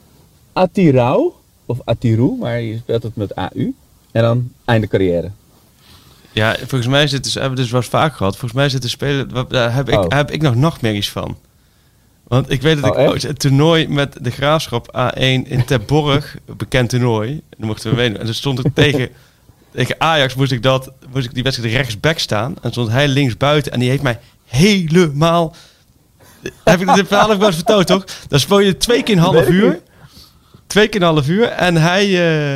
Atirau, of Atiru, maar je speelt het met A U. En dan einde carrière. Ja, volgens mij is dit dus, hebben we dus wel eens vaak gehad. Volgens mij is dit een speler, wat- daar heb ik, Oh. heb ik nog nachtmerries van. Want ik weet dat Oh, ik echt? ooit een toernooi met de Graafschap A één in Terborg, een bekend toernooi, dan mochten we meedoen. En dan stond ik tegen, tegen Ajax, moest ik, dat, moest ik die wedstrijd rechtsback staan. En stond hij links buiten en die heeft mij helemaal... Heb ik dit verhaal nog wel eens verteld, toch? Dan speel je twee keer een half Weet ik uur. niet. Twee keer een half uur. En hij... eh,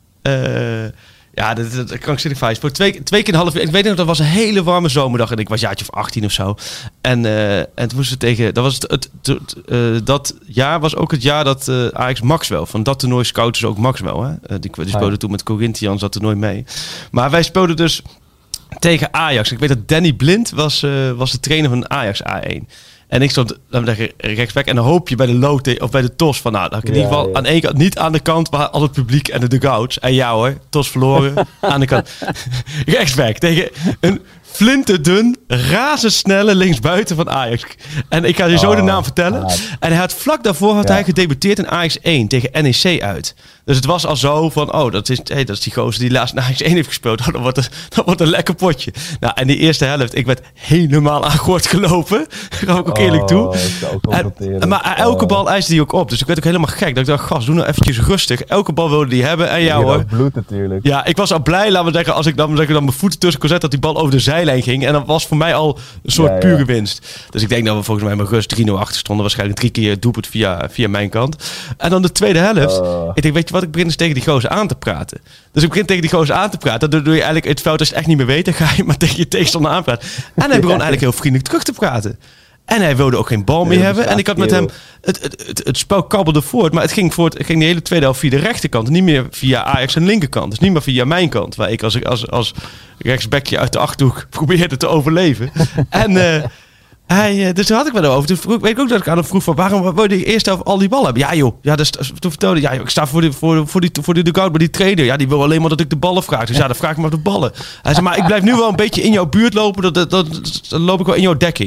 eh, ja, dat, dat, dat krankzinnig fijn. Voor twee, twee keer een half uur. Ik weet nog, dat was een hele warme zomerdag. En ik was jaartje of achttien of zo. En, uh, en toen moesten we tegen... Dat, was het, het, het, uh, dat jaar was ook het jaar dat uh, Ajax Maxwell... Van dat toernooi scouten ze ook Maxwell. Hè? Uh, die, die speelde Ah, ja. toen met Corinthians dat toernooi mee. Maar wij speelden dus tegen Ajax. Ik weet dat Danny Blind was, uh, was de trainer van Ajax A één. En ik stond laten we zeggen, rechtsback. En dan hoop je bij de loting of bij de T O S van... Nou, dat ik in Ja, ieder geval ja. aan één kant... Niet aan de kant waar al het publiek en de dugouts. En jou hoor, T O S verloren. Aan de kant. Rechtsback tegen een flinterdun, razendsnelle linksbuiten van Ajax. En ik ga je zo Oh, de naam vertellen. ah. En hij had vlak daarvoor had Ja. hij gedebuteerd in Ajax één tegen N E C uit. Dus het was al zo van, oh, dat is, hey, dat is die gozer die laatst in Ajax één heeft gespeeld. Oh, dat, wordt een, dat wordt een lekker potje. Nou, en die eerste helft, ik werd helemaal aan gort gelopen. Ga ik ook eerlijk toe. Oh, dat is ook En, confronterend. maar elke Oh. bal eiste die ook op. Dus ik werd ook helemaal gek. Dat ik dacht, gast, doe nou eventjes rustig. Elke bal wilde die hebben. En ja Hier hoor. ook bloed natuurlijk. Ja, ik was al blij, laten we zeggen, als ik dan, zeg ik dan mijn voeten tussen kon zetten, dat die bal over de zijlijn ging. En dat was voor mij al een soort Ja, ja. pure winst. Dus ik denk dat we volgens mij met rust drie nul achter stonden. Waarschijnlijk drie keer doelpunt via, via mijn kant. En dan de tweede helft. Oh. Ik denk, weet je wat, ik begin eens tegen die gozer aan te praten. Dus ik begin tegen die gozer aan te praten. Dan doe je eigenlijk het fout als je het echt niet meer weet. Dan ga je maar tegen je tegenstander aanpraten. En hij begon eigenlijk heel vriendelijk terug te praten. En hij wilde ook geen bal meer Ja, hebben. dat En ik had met hem... Het, het, het, het spel kabbelde voort. Maar het ging, voor het, het ging de hele tweede helft via de rechterkant. Niet meer via Ajax en linkerkant. Dus niet meer via mijn kant. Waar ik als, als, als rechtsbackje uit de Achterhoek probeerde te overleven. En... Uh, Hij, dus toen had ik wel over. Toen vroeg, weet ik ook dat ik aan hem vroeg van waarom wil je eerst helft al die ballen hebben? Ja joh, ja, dus, toen vertelde hij, ja, joh, ik sta voor de, voor, voor die, voor die dugout bij die trainer. Ja, die wil alleen maar dat ik de ballen vraag. Dus ja, dan vraag ik maar de ballen. Hij zei, maar ik blijf nu wel een beetje in jouw buurt lopen. Dat, dat, dat, dan loop ik wel in jouw dekking.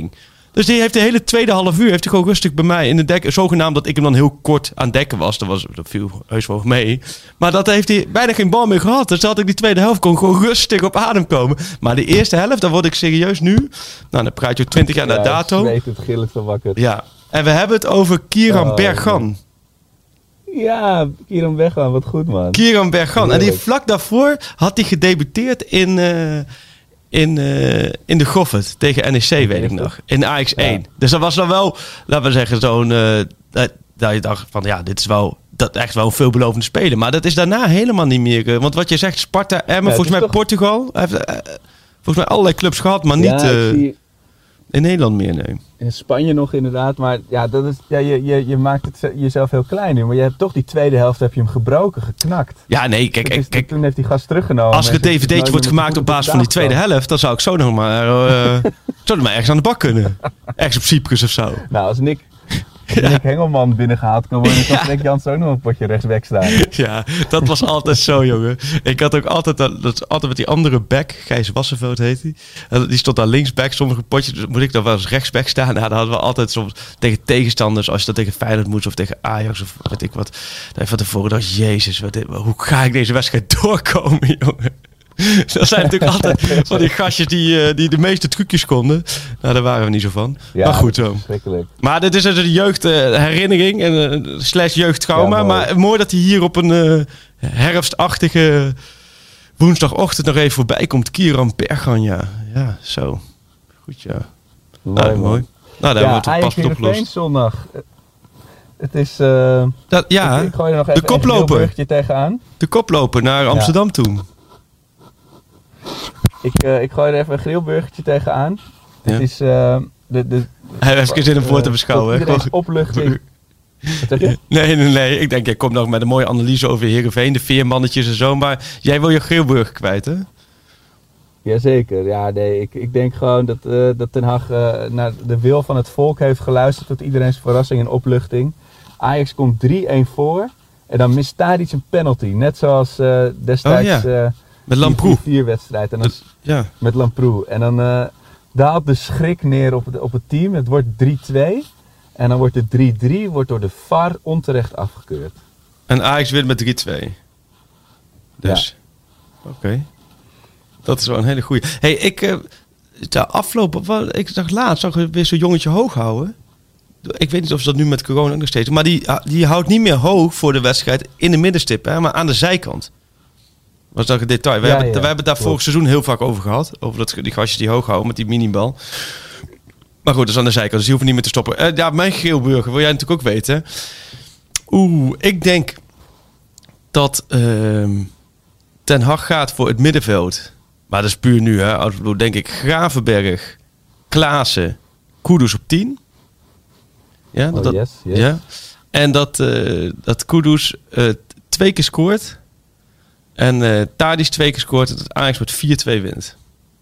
Dus die heeft de hele tweede half uur heeft hij gewoon rustig bij mij in de dek. Zogenaamd dat ik hem dan heel kort aan dekken was. Dat, was, dat viel heus wel mee. Maar dat heeft hij bijna geen bal meer gehad. Dus had ik die tweede helft kon gewoon rustig op adem komen. Maar de eerste helft, dan word ik serieus nu. Nou, dan praat je twintig jaar ja, naar dato. Ja, het gillend van wakker. Ja, en we hebben het over Kieran oh, Bergan. Ja, Kieran Bergan, wat goed man. Kieran Bergan. En die vlak daarvoor had hij gedebuteerd in... Uh, In, uh, in de Goffert tegen N E C, weet ik nog. In A X één. Ja. Dus dat was dan wel, laten we zeggen, zo'n... Uh, dat, dat je dacht van, ja, dit is wel dat echt wel een veelbelovende speler. Maar dat is daarna helemaal niet meer... Uh, want wat je zegt, Sparta, Emmen, ja, volgens mij toch... Portugal. Hij heeft uh, volgens mij allerlei clubs gehad, maar ja, niet uh, zie... in Nederland meer, nee. In Spanje nog inderdaad, maar ja, dat is, ja je, je, je maakt het jezelf heel klein nu. Maar je hebt toch die tweede helft heb je hem gebroken, geknakt. Ja, nee, kijk, is, kijk toen heeft hij gas teruggenomen. Als er een D V D'tje wordt gemaakt op basis van die tweede helft, dan zou ik zo nog maar, uh, zou er maar ergens aan de bak kunnen. Ergens op Cyprus of zo. Nou, als Nick... Ja. Nick Hengelman binnengehaald kan worden, dan kan Nick Jansen ook nog een potje rechtsback staan. Ja, dat was altijd zo, jongen. Ik had ook altijd, dat, dat altijd met die andere back, Gijs Wassenveld heet hij. Die stond daar linksback, sommige potjes, dus moet ik dan wel eens rechtsback staan. Nou, dan hadden we altijd soms tegen tegenstanders, als je dat tegen Feyenoord moest of tegen Ajax of weet ik wat. Dan van tevoren dacht, jezus, wat, hoe ga ik deze wedstrijd doorkomen, jongen? Dat zijn natuurlijk altijd van die gastjes die, uh, die de meeste trucjes konden. Nou, daar waren we niet zo van. Ja, maar goed zo. Maar dit is dus een jeugdherinnering en uh, slash jeugdtrauma. Ja, maar mooi dat hij hier op een uh, herfstachtige woensdagochtend nog even voorbij komt. Kieran Bergan, ja. Ja, zo. Goed, ja. Mooi, nou, mooi. Nou, daar ja, hebben we het pas opgelost. Zondag. Het is... Uh, dat, ja, ik, ik gooi er nog even de koploper. Een tegenaan. De koploper naar Amsterdam ja. toe. Ik, uh, ik gooi er even een grillburgertje tegenaan. Ja. Het is... Uh, de, de, Hij heeft geen zin om voor te beschouwen. Iedereen's opluchting. Wat zeg je? Nee, nee, nee. Ik denk, jij komt nog met een mooie analyse over Heerenveen. De veermannetjes en zo. Maar jij wil je grillburger kwijt, hè? Jazeker. Ja, nee. Ik, ik denk gewoon dat, uh, dat Ten Hag uh, naar de wil van het volk heeft geluisterd. Tot iedereen's verrassing en opluchting. Ajax komt drie-een voor. En dan mist Tadic een penalty. Net zoals uh, destijds... Oh, ja. uh, Met Lamproe. vier wedstrijd. En dan, ja. Met Lamproe. En dan uh, daalt de schrik neer op het, op het team. Het wordt drie-twee. En dan wordt het drie-drie. Wordt door de V A R onterecht afgekeurd. En Ajax wint met drie-twee. Dus. Ja. Oké. Okay. Dat is wel een hele goeie. Hey, ik... Uh, de afloop... Wat, ik dacht laatst zag ik weer zo'n jongetje hoog houden. Ik weet niet of ze dat nu met corona ook nog steeds... Maar die, die houdt niet meer hoog voor de wedstrijd in de middenstip. Hè, maar aan de zijkant. Was dat een detail. We, ja, hebben, ja, we hebben het daar vorig seizoen heel vaak over gehad. Over dat, die gastjes die hoog houden met die minibal. Maar goed, dat is aan de zijkant. Dus die hoeven niet meer te stoppen. Uh, ja, mijn grillburger wil jij natuurlijk ook weten. Oeh, ik denk dat uh, Ten Hag gaat voor het middenveld. Maar dat is puur nu, hè. Als ik denk ik Gravenberg, Klaassen, Kudus op tien. Ja, dat, oh, yes, yes. ja. En dat, uh, dat Kudus uh, twee keer scoort. En uh, Tadic twee keer scoort en dat Ajax met vier-twee wint.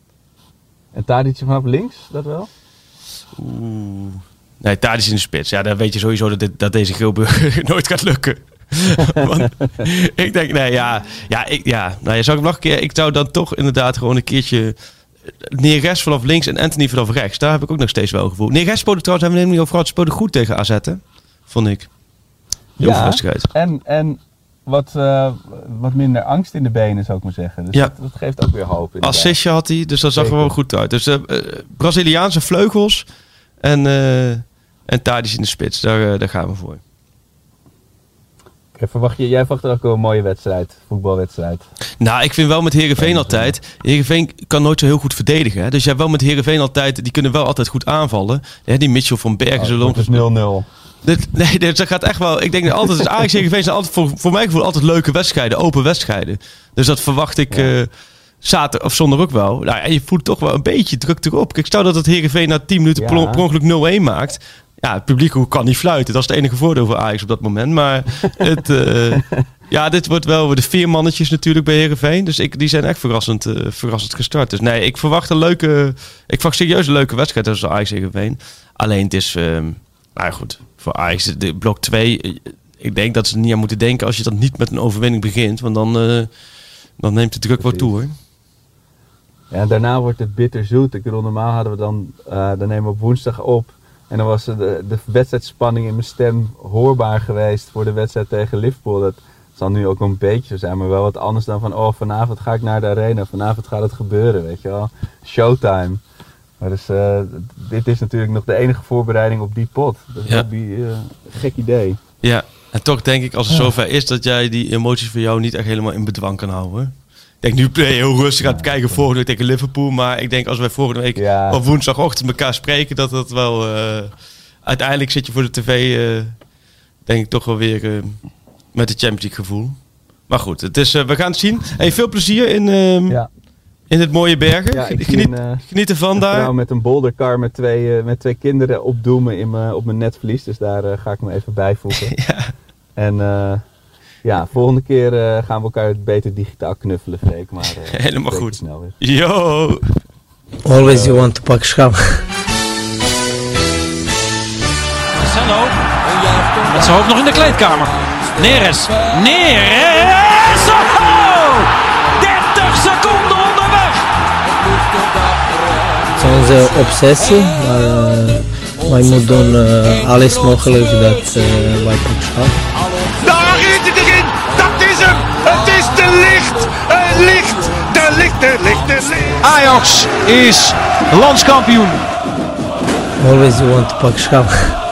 En Tadic vanaf links, dat wel? Oeh. Nee, Tadic in de spits. Ja, dan weet je sowieso dat, dit, dat deze grillburger nooit gaat lukken. Want ik denk, nee, ja. Ja, ik, ja. Nou, je zou ik nog een keer... Ik zou dan toch inderdaad gewoon een keertje... Neres vanaf links en Anthony vanaf rechts. Daar heb ik ook nog steeds wel gevoel. Neres speelde trouwens, hebben we het niet over gehad, speelde goed tegen A Z, hè? Vond ik. Heel ja, en... en... Wat, uh, wat minder angst in de benen, zou ik maar zeggen. Dus ja. dat, dat geeft ook weer hoop. Assistje had hij, dus dat zag er wel goed uit. Dus uh, uh, Braziliaanse vleugels en, uh, en Tadic in de spits. Daar, uh, daar gaan we voor. Okay, verwacht je, jij verwacht er ook wel een mooie wedstrijd, voetbalwedstrijd. Nou, ik vind wel met Heerenveen altijd... Heerenveen kan nooit zo heel goed verdedigen. Hè? Dus jij wel met Heerenveen altijd... Die kunnen wel altijd goed aanvallen. Hè, die Mitchell van Bergen... Oh, het is nul-nul. Dit, nee, dit, dat gaat echt wel... Ik denk dat altijd... Dus Ajax Heerenveen zijn altijd voor, voor mijn gevoel altijd leuke wedstrijden. Open wedstrijden. Dus dat verwacht ik... Ja. Uh, zaterdag of zondag ook wel. Nou, en je voelt toch wel een beetje druk erop. Kijk, stel dat het Heerenveen na tien minuten ja. per ongeluk nul-een maakt... Ja, het publiek kan niet fluiten. Dat is het enige voordeel voor Ajax op dat moment. Maar het, uh, ja, dit wordt wel de veermannetjes natuurlijk bij Heerenveen. Dus ik, die zijn echt verrassend, uh, verrassend gestart. Dus nee, ik verwacht een leuke... Ik verwacht serieus een leuke wedstrijd tussen Ajax en Heerenveen. Alleen het is... Uh, nou goed, voor Ajax, de blok twee... Ik denk dat ze er niet aan moeten denken als je dat niet met een overwinning begint. Want dan, uh, dan neemt de druk wel toe, hoor. Ja, en daarna wordt het bitterzoet. Ik bedoel, normaal hadden we dan, uh, dan nemen we op woensdag op. En dan was de, de wedstrijdspanning in mijn stem hoorbaar geweest voor de wedstrijd tegen Liverpool. Dat zal nu ook een beetje zo zijn, maar wel wat anders dan van, oh, vanavond ga ik naar de arena, vanavond gaat het gebeuren, weet je wel. Showtime. Maar dus, uh, dit is natuurlijk nog de enige voorbereiding op die pot. Dat is Ja. ook die, uh, gek idee. Ja, en toch denk ik als het zover is dat jij die emoties voor jou niet echt helemaal in bedwang kan houden. Ik denk nu ben je heel rustig aan het kijken volgende week tegen Liverpool. Maar ik denk als wij volgende week Ja. op woensdagochtend elkaar spreken, dat dat wel... Uh, uiteindelijk zit je voor de tv, uh, denk ik toch wel weer uh, met het Champions League gevoel. Maar goed, het is, uh, we gaan het zien. Hey, veel plezier in, uh, Ja. in het mooie Bergen. Ja, ik Geniet, zie een, uh, geniet ervan Een daar. vrouw met een bouldercar met twee, uh, met twee kinderen opdoemen in me, op mijn netvlies. Dus daar uh, ga ik me even bijvoegen. Ja. En uh, ja, volgende keer uh, gaan we elkaar beter digitaal knuffelen, Freek. Maar uh, Helemaal spreek je goed. snel weer. Yo! Always you want to pak schap. Marcelo. Met zijn hoofd nog in de kleedkamer. Neres. Neres. Oh! dertig seconden onderweg. Het is onze obsessie, maar uh, wij moeten doen uh, alles mogelijk dat uh, wij pak schap. Daar is het erin. Dat is hem. Het is de licht. Het licht. De licht, de licht, de licht. Ajax is landskampioen. Always you want to pak schap.